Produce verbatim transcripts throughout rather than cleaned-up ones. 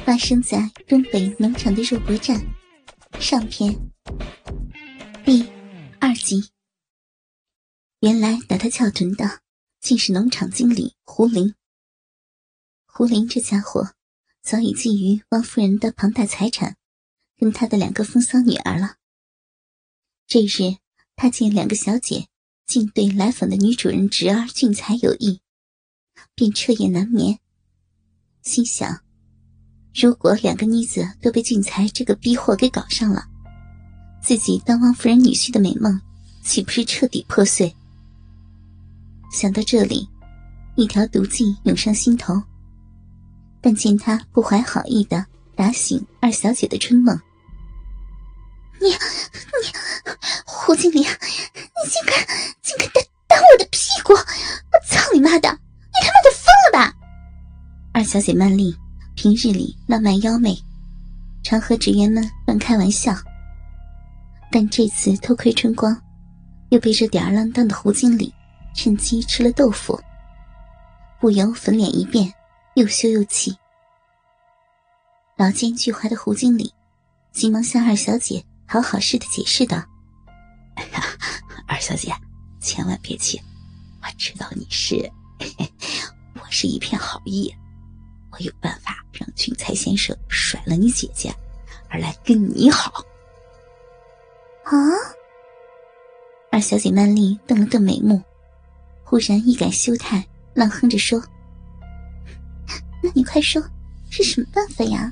发生在东北农场的肉搏战上篇第二集。原来打他翘臀的竟是农场经理胡林。胡林这家伙早已觊觎汪夫人的庞大财产跟他的两个风骚女儿了。这日他见两个小姐竟对来访的女主人侄儿俊才有意，便彻夜难眠，心想如果两个妮子都被俊才这个逼货给搞上了，自己当汪夫人女婿的美梦岂不是彻底破碎？想到这里，一条毒计涌上心头，但见他不怀好意地打醒二小姐的春梦。你你胡经理，你竟敢竟敢打打我的屁股，我操你妈的，你他妈的疯了吧！二小姐曼丽平日里浪漫妖媚，常和职员们乱开玩笑，但这次偷窥春光，又被这吊儿郎当的胡经理趁机吃了豆腐，不由粉脸一变，又羞又气。老奸巨猾的胡经理急忙向二小姐讨好似的解释道： 哎呀，二小姐千万别气，我知道你是我是一片好意，我有办法让俊才先生甩了你姐姐，而来跟你好。 啊！二小姐曼丽瞪了瞪眉目，忽然一改羞态，浪哼着说：那你快说是什么办法呀？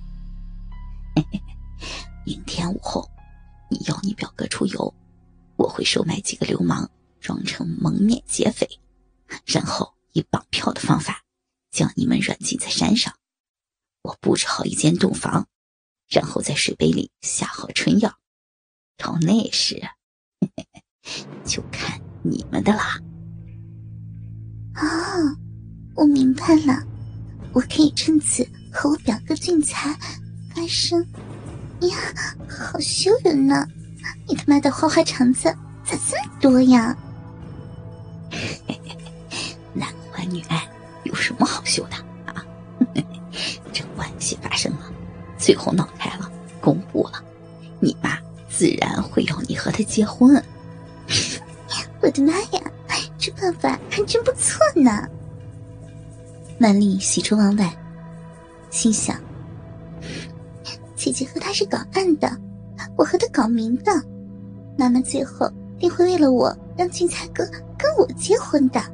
明天午后你要你表哥出游，我会收买几个流氓装成蒙面劫匪，然后以绑票的方法将你们软禁在山上。我布置好一间洞房，然后在水杯里下好春药，到那时就看你们的啦。 哦，我明白了，我可以趁此和我表哥俊才发生。呀，好羞人呢！你他妈的花花肠子咋这么多呀？ 男欢女爱有什么好羞的啊？这关系发生了，最后闹开了，公布了，你妈自然会要你和他结婚。 我的妈呀，这办法还真不错呢！曼丽喜出望外，心想姐姐和他是搞暗的，我和他搞明的，妈妈最后定会为了我让俊才哥跟我结婚的。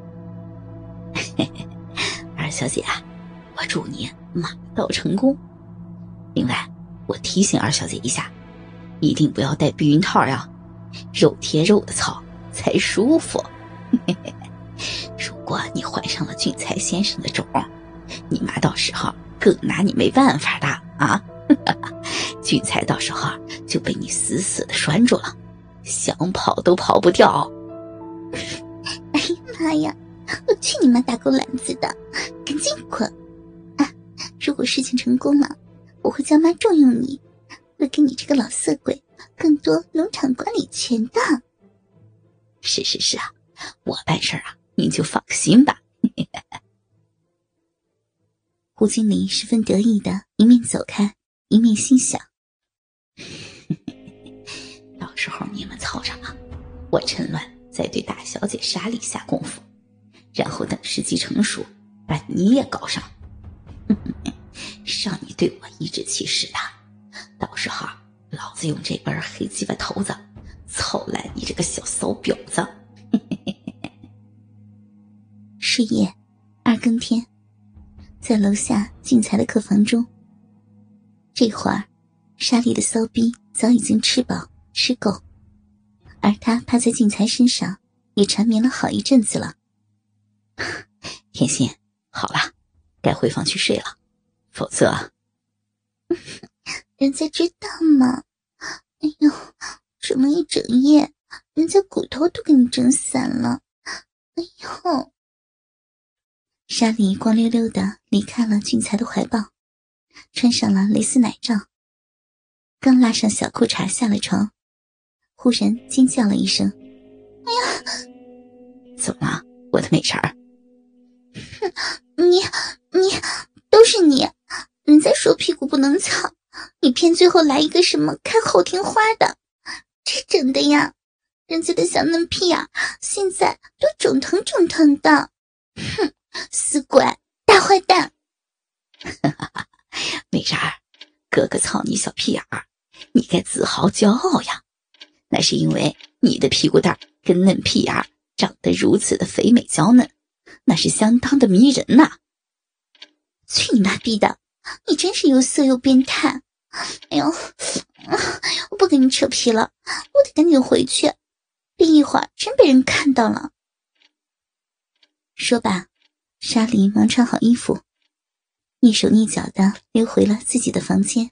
二小姐啊，我祝你马到成功。另外我提醒二小姐一下，一定不要戴避孕套呀，肉贴肉的操才舒服。如果你怀上了俊才先生的种，你妈到时候更拿你没办法的啊！俊才到时候就被你死死的拴住了，想跑都跑不掉。 哎呀妈呀，我去你妈大狗篮子的，赶紧滚！啊，如果事情成功了，我会叫妈重用你，会给你这个老色鬼更多农场管理权的。 是是是啊，我办事啊，您就放心吧。 胡经理十分得意的一面走开，一面心想到时候你们操上了，我趁乱再对大小姐莎莉下功夫，然后等时机成熟把你也搞上。让你对我颐指气使的，到时候老子用这根黑鸡巴头子操烂你这个小骚婊子。 是夜二更天，在楼下俊才的客房中，这会儿莎莉的骚逼早已经吃饱吃够，而他趴在俊才身上也缠绵了好一阵子了。 甜心，好了，该回房去睡了，否则人家知道吗？哎呦，这么一整夜，人家骨头都给你整散了。哎呦！莎莉光溜溜地离开了俊才的怀抱，穿上了蕾丝奶罩，刚拉上小裤衩下了床，忽然尖叫了一声：哎呀！ 怎么了，我的美人儿？ 你你都是你， 人家说屁股不能操，你偏最后来一个什么开后庭花的，这整的呀，人家的小嫩屁啊，现在都肿疼肿疼的。哼，死鬼，大坏蛋！ 美人儿，哥哥操你小屁眼儿，你该自豪骄傲呀！那是因为你的屁股蛋儿跟嫩屁眼儿长得如此的肥美娇嫩，那是相当的迷人呐。 去你妈逼的，你真是又色又变态！哎呦，我不跟你扯皮了，我得赶紧回去，逼一会儿真被人看到了。说罢，莎莉忙穿好衣服，蹑手蹑脚地溜回了自己的房间。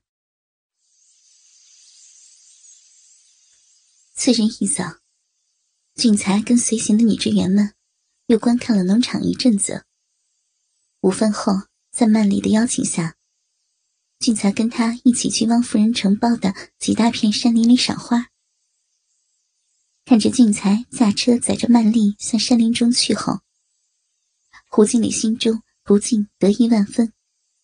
次日一早，俊才跟随行的女职员们又观看了农场一阵子。午饭后，在曼丽的邀请下，俊才跟他一起去汪夫人承包的几大片山林里赏花。看着俊才驾车载着曼丽向山林中去后，胡经理心中不禁得意万分。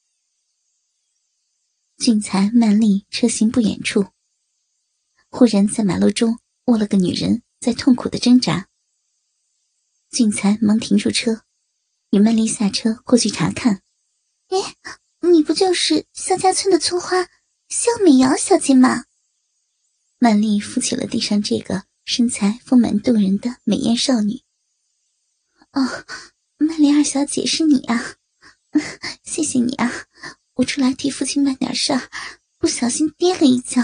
俊才曼丽车行不远处，忽然在马路中卧了个女人在痛苦的挣扎。俊才忙停住车，与曼丽下车过去查看。哎，你不就是萧家村的村花萧美瑶小姐吗？曼丽扶起了地上这个身材丰满动人的美艳少女。哦，曼丽二小姐是你啊，谢谢你啊，我出来替父亲办点事儿，不小心跌了一跤。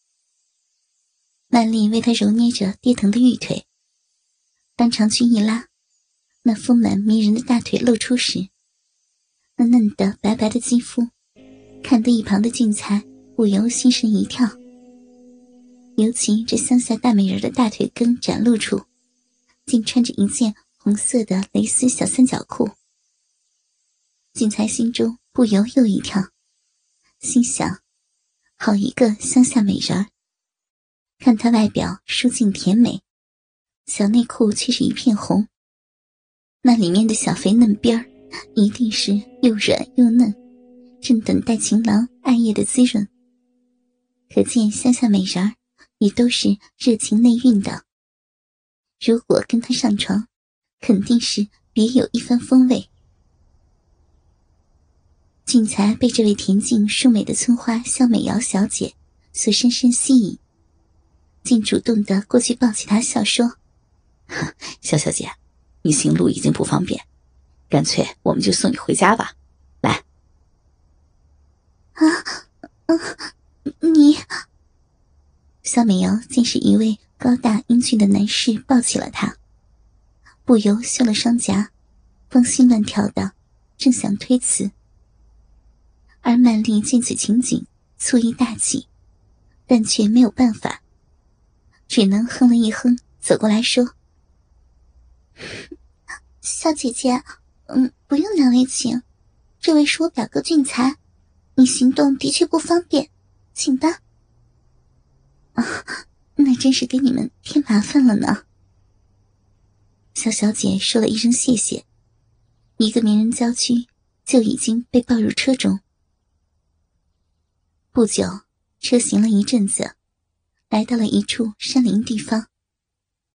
曼丽为他揉捏着跌疼的玉腿，当长裙一拉，那丰满迷人的大腿露出时，那嫩的白白的肌肤看得一旁的俊才不由心神一跳。尤其这乡下大美人的大腿根展露处，竟穿着一件红色的蕾丝小三角裤。俊才心中不由又一跳，心想，好一个乡下美人儿，看她外表舒静甜美，小内裤却是一片红，那里面的小肥嫩边儿一定是又软又嫩，正等待情郎爱液的滋润。可见乡下美人儿也都是热情内蕴的，如果跟她上床，肯定是别有一番风味。俊才被这位恬静淑美的村花萧美瑶小姐所深深吸引，竟主动地过去抱起她笑说： 萧小姐，你行路已经不方便，干脆我们就送你回家吧，来。 啊，嗯、呃，你……萧美瑶竟是一位高大英俊的男士抱起了她，不由羞了双颊，芳心乱跳的，正想推辞。而曼丽见此情景，醋意大起，但却没有办法，只能哼了一哼，走过来说：萧姐姐，嗯，不用两位请，这位是我表哥俊才，你行动的确不方便，请吧。啊，那真是给你们添麻烦了呢。萧小姐说了一声谢谢，一个名人娇躯就已经被抱入车中。不久，车行了一阵子，来到了一处山林地方。